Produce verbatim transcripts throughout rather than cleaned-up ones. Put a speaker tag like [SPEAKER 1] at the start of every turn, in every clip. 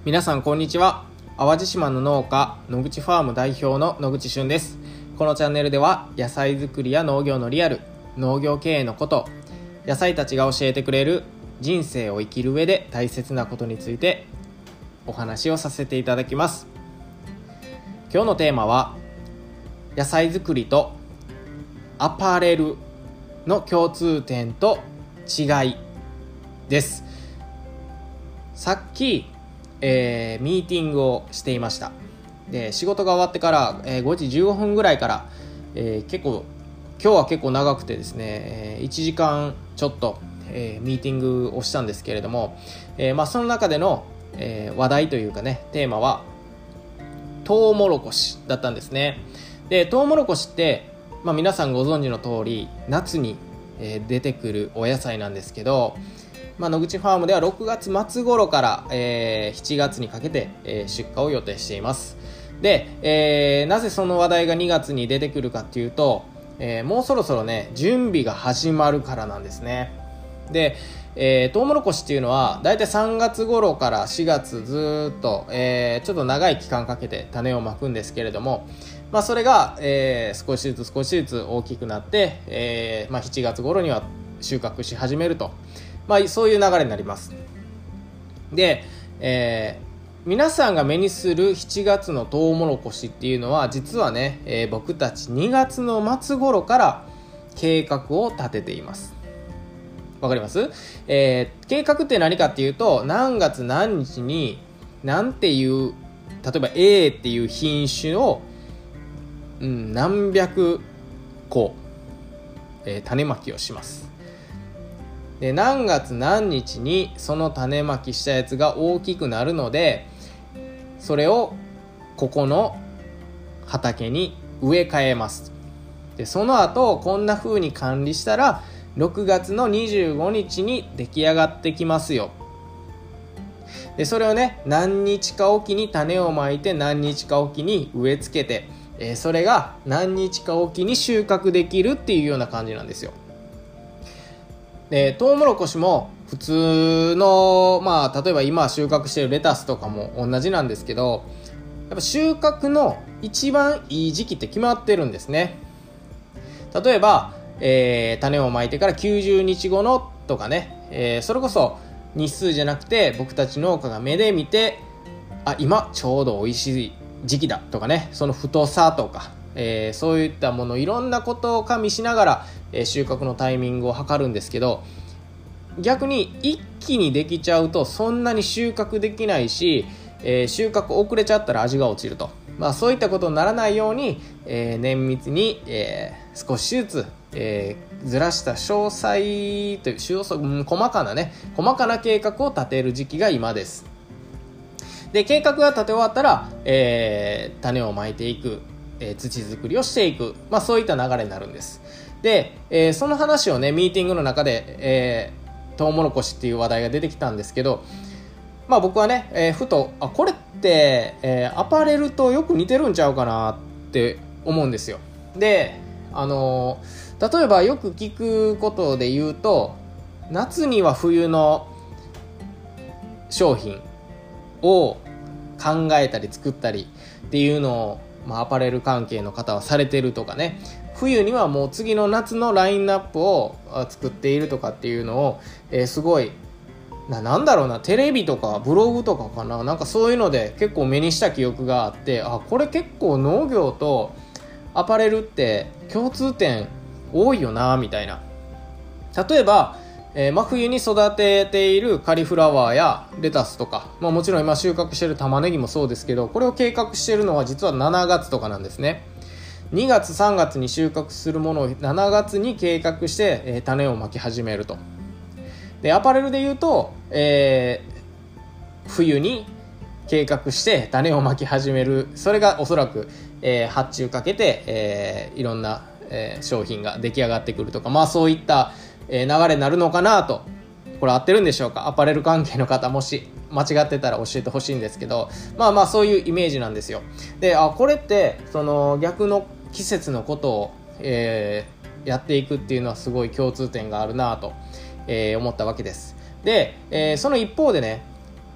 [SPEAKER 1] 皆さんこんにちは。淡路島の農家野口ファーム代表の野口俊です。このチャンネルでは野菜作りや農業のリアル、農業経営のこと、野菜たちが教えてくれる人生を生きる上で大切なことについてお話をさせていただきます。今日のテーマは野菜作りとアパレルの共通点と違いです。さっき、えー、ミーティングをしていました。で、仕事が終わってから、えー、ごじじゅうごふんぐらいから、えー、結構今日は結構長くてですね、えー、いちじかんちょっと、えー、ミーティングをしたんですけれども、えーまあ、その中での、えー、話題というかね、テーマはトウモロコシだったんですね。で、トウモロコシって、まあ、皆さんご存知の通り夏に、えー、出てくるお野菜なんですけど、まあ、野口ファームではろくがつ末頃から、えー、しちがつにかけて、えー、出荷を予定しています。で、えー、なぜその話題がにがつに出てくるかっていうと、えー、もうそろそろね準備が始まるからなんですね。で、えー、トウモロコシっていうのはだいたいさんがつ頃からしがつずっと、えー、ちょっと長い期間かけて種をまくんですけれども、まあ、それが、えー、少しずつ少しずつ大きくなって、えーまあ、しちがつ頃には収穫し始めると、まあ、そういう流れになります。で、えー皆さんが目にするしちがつのトウモロコシっていうのは実はね、えー、僕たちにがつの末頃から計画を立てています。わかります？えー、計画って何かっていうと、何月何日に何ていう例えば A っていう品種を、うん、何百個、えー、種まきをします。で、何月何日にその種まきしたやつが大きくなるので、それをここの畑に植え替えます。で、その後こんな風に管理したらろくがつのにじゅうごにちに出来上がってきますよ。で、それをね何日かおきに種をまいて、何日かおきに植え付けて、えー、それが何日かおきに収穫できるっていうような感じなんですよ。で、トウモロコシも普通の、まあ例えば今収穫しているレタスとかも同じなんですけど、やっぱ収穫の一番いい時期って決まってるんですね。例えば、えー、種をまいてからきゅうじゅうにちごのとかね、えー、それこそ日数じゃなくて僕たち農家が目で見て、あ、今ちょうど美味しい時期だとかね、その太さとか、えー、そういったものいろんなことを加味しながら、えー、収穫のタイミングを測るんですけど、逆に一気にできちゃうとそんなに収穫できないし、えー、収穫遅れちゃったら味が落ちると、まあ、そういったことにならないように、えー、綿密に、えー、少しずつ、えー、ずらした詳細という詳細、うん、細かなね細かな計画を立てる時期が今です。で、計画が立て終わったら、えー、種をまいていく、えー、土作りをしていく、まあ、そういった流れになるんです。で、えー、その話をねミーティングの中で、えー、トウモロコシっていう話題が出てきたんですけど、まあ僕はね、えー、ふとあこれって、えー、アパレルとよく似てるんちゃうかなって思うんですよ。で、あのー、例えばよく聞くことで言うと、夏には冬の商品を考えたり作ったりっていうのを、まあ、アパレル関係の方はされてるとかね、冬にはもう次の夏のラインナップを作っているとかっていうのを、えー、すごいな、なんだろうな、テレビとかブログとかかな、なんかそういうので結構目にした記憶があって、あ、これ結構農業とアパレルって共通点多いよなみたいな。例えば、えー、真冬に育てているカリフラワーやレタスとか、まあ、もちろん今収穫している玉ねぎもそうですけど、これを計画しているのは実はしちがつとかなんですね。にがつさんがつに収穫するものをしちがつに計画して、えー、種をまき始めると。で、アパレルで言うと、えー、冬に計画して種をまき始める。それがおそらく、えー、発注かけて、えー、いろんな、えー、商品が出来上がってくるとか、まあそういった、えー、流れになるのかなと。これ合ってるんでしょうか？アパレル関係の方、もし間違ってたら教えてほしいんですけど、まあまあそういうイメージなんですよ。で、あ、これってその逆の季節のことを、えー、やっていくっていうのはすごい共通点があるなと、えー、思ったわけです。で、えー、その一方でね、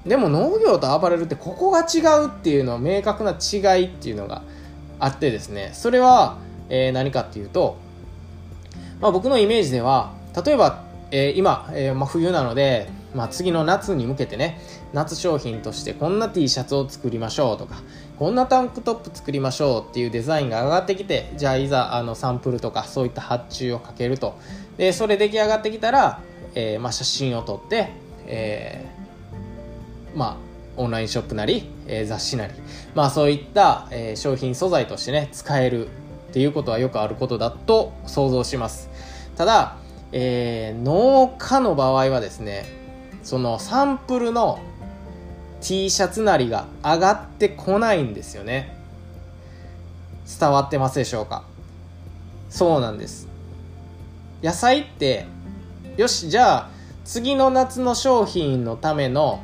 [SPEAKER 1] でも農業とアパレルってここが違うっていうのは明確な違いっていうのがあってですね、それは、えー、何かっていうと、まあ、僕のイメージでは例えば、えー、今、えーまあ、冬なので、まあ、次の夏に向けてね、夏商品としてこんな T シャツを作りましょうとか、こんなタンクトップ作りましょうっていうデザインが上がってきて、じゃあいざあのサンプルとかそういった発注をかけると、でそれ出来上がってきたら、えーまあ、写真を撮って、えー、まあオンラインショップなり、えー、雑誌なり、まあそういった、えー、商品素材としてね使えるっていうことはよくあることだと想像します。ただ、えー、農家の場合はですね、そのサンプルの T シャツなりが上がってこないんですよね。伝わってますでしょうか？そうなんです。野菜ってよし、じゃあ次の夏の商品のための、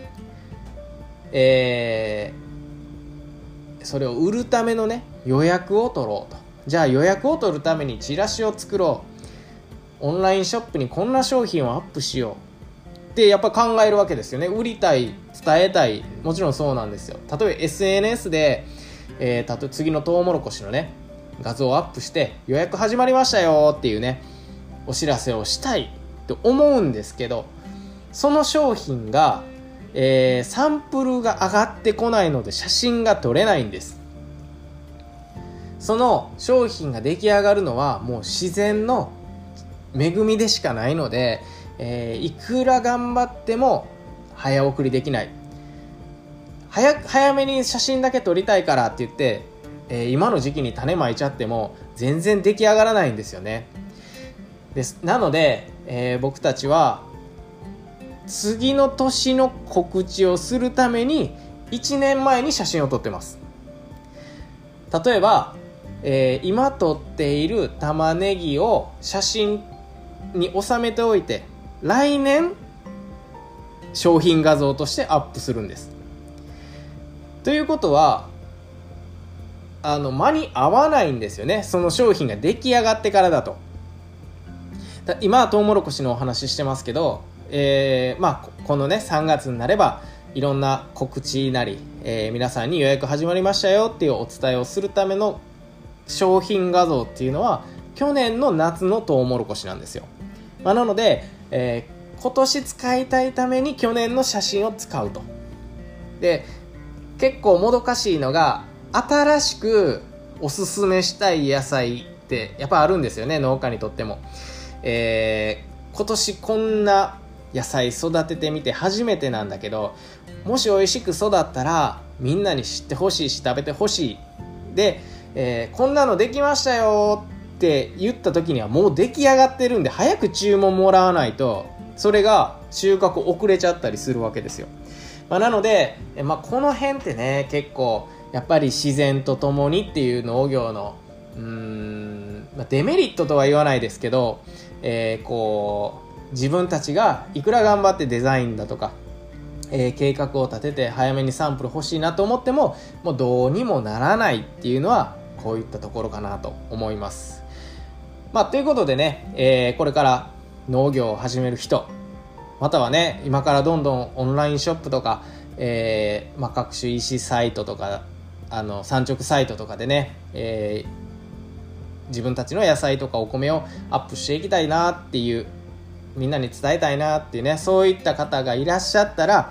[SPEAKER 1] えー、それを売るためのね予約を取ろうと。じゃあ予約を取るためにチラシを作ろう、オンラインショップにこんな商品をアップしようってやっぱ考えるわけですよね。売りたい、伝えたい、もちろんそうなんですよ。例えば エスエヌエス で、えー、たと次のトウモロコシのね画像をアップして予約始まりましたよっていうねお知らせをしたいと思うんですけど、その商品が、えー、サンプルが上がってこないので写真が撮れないんです。その商品が出来上がるのはもう自然の恵みでしかないので、えー、いくら頑張っても早送りできない。 早, 早めに写真だけ撮りたいからって言って、えー、今の時期に種まいちゃっても全然出来上がらないんですよね。ですなので、えー、僕たちは次の年の告知をするためにいちねんまえに写真を撮ってます。例えば、えー、今撮っている玉ねぎを写真に収めておいて来年商品画像としてアップするんです。ということはあの間に合わないんですよね。その商品が出来上がってからだと。だ今はトウモロコシのお話ししてますけど、えー、まあこのねさんがつになればいろんな告知なり、えー、皆さんに予約始まりましたよっていうお伝えをするための商品画像っていうのは去年の夏のトウモロコシなんですよ。まあ、なので、えー、今年使いたいために去年の写真を使うと。で結構もどかしいのが、新しくおすすめしたい野菜ってやっぱあるんですよね、農家にとっても。えー、今年こんな野菜育ててみて初めてなんだけど、もし美味しく育ったらみんなに知ってほしいし食べてほしいで、えー、こんなのできましたよって言った時にはもう出来上がってるんで、早く注文もらわないとそれが収穫遅れちゃったりするわけですよ。まあ、なので、まあ、この辺ってね結構やっぱり自然とともにっていう農業のうーん、まあ、デメリットとは言わないですけど、えー、こう自分たちがいくら頑張ってデザインだとか、えー、計画を立てて早めにサンプル欲しいなと思ってももうどうにもならないっていうのはこういったところかなと思います。まあ、ということでね、えー、これから農業を始める人、またはね今からどんどんオンラインショップとか、えーまあ、各種 イーシー サイトとかあの産直サイトとかでね、えー、自分たちの野菜とかお米をアップしていきたいなっていう、みんなに伝えたいなっていうね、そういった方がいらっしゃったら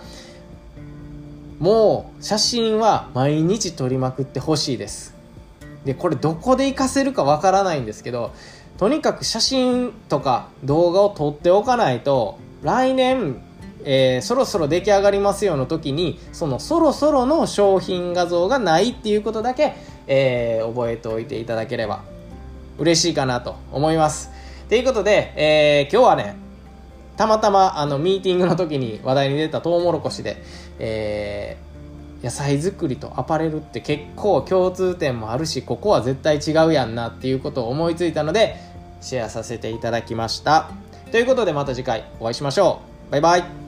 [SPEAKER 1] もう写真は毎日撮りまくってほしいです。でこれどこで活かせるかわからないんですけど、とにかく写真とか動画を撮っておかないと来年、えー、そろそろ出来上がりますよの時にそのそろそろの商品画像がないっていうことだけ、えー、覚えておいていただければ嬉しいかなと思います。ということで、えー、今日はねたまたまあのミーティングの時に話題に出たトウモロコシで、えー、野菜作りとアパレルって結構共通点もあるし、ここは絶対違うやんなっていうことを思いついたのでシェアさせていただきました。ということでまた次回お会いしましょう。バイバイ。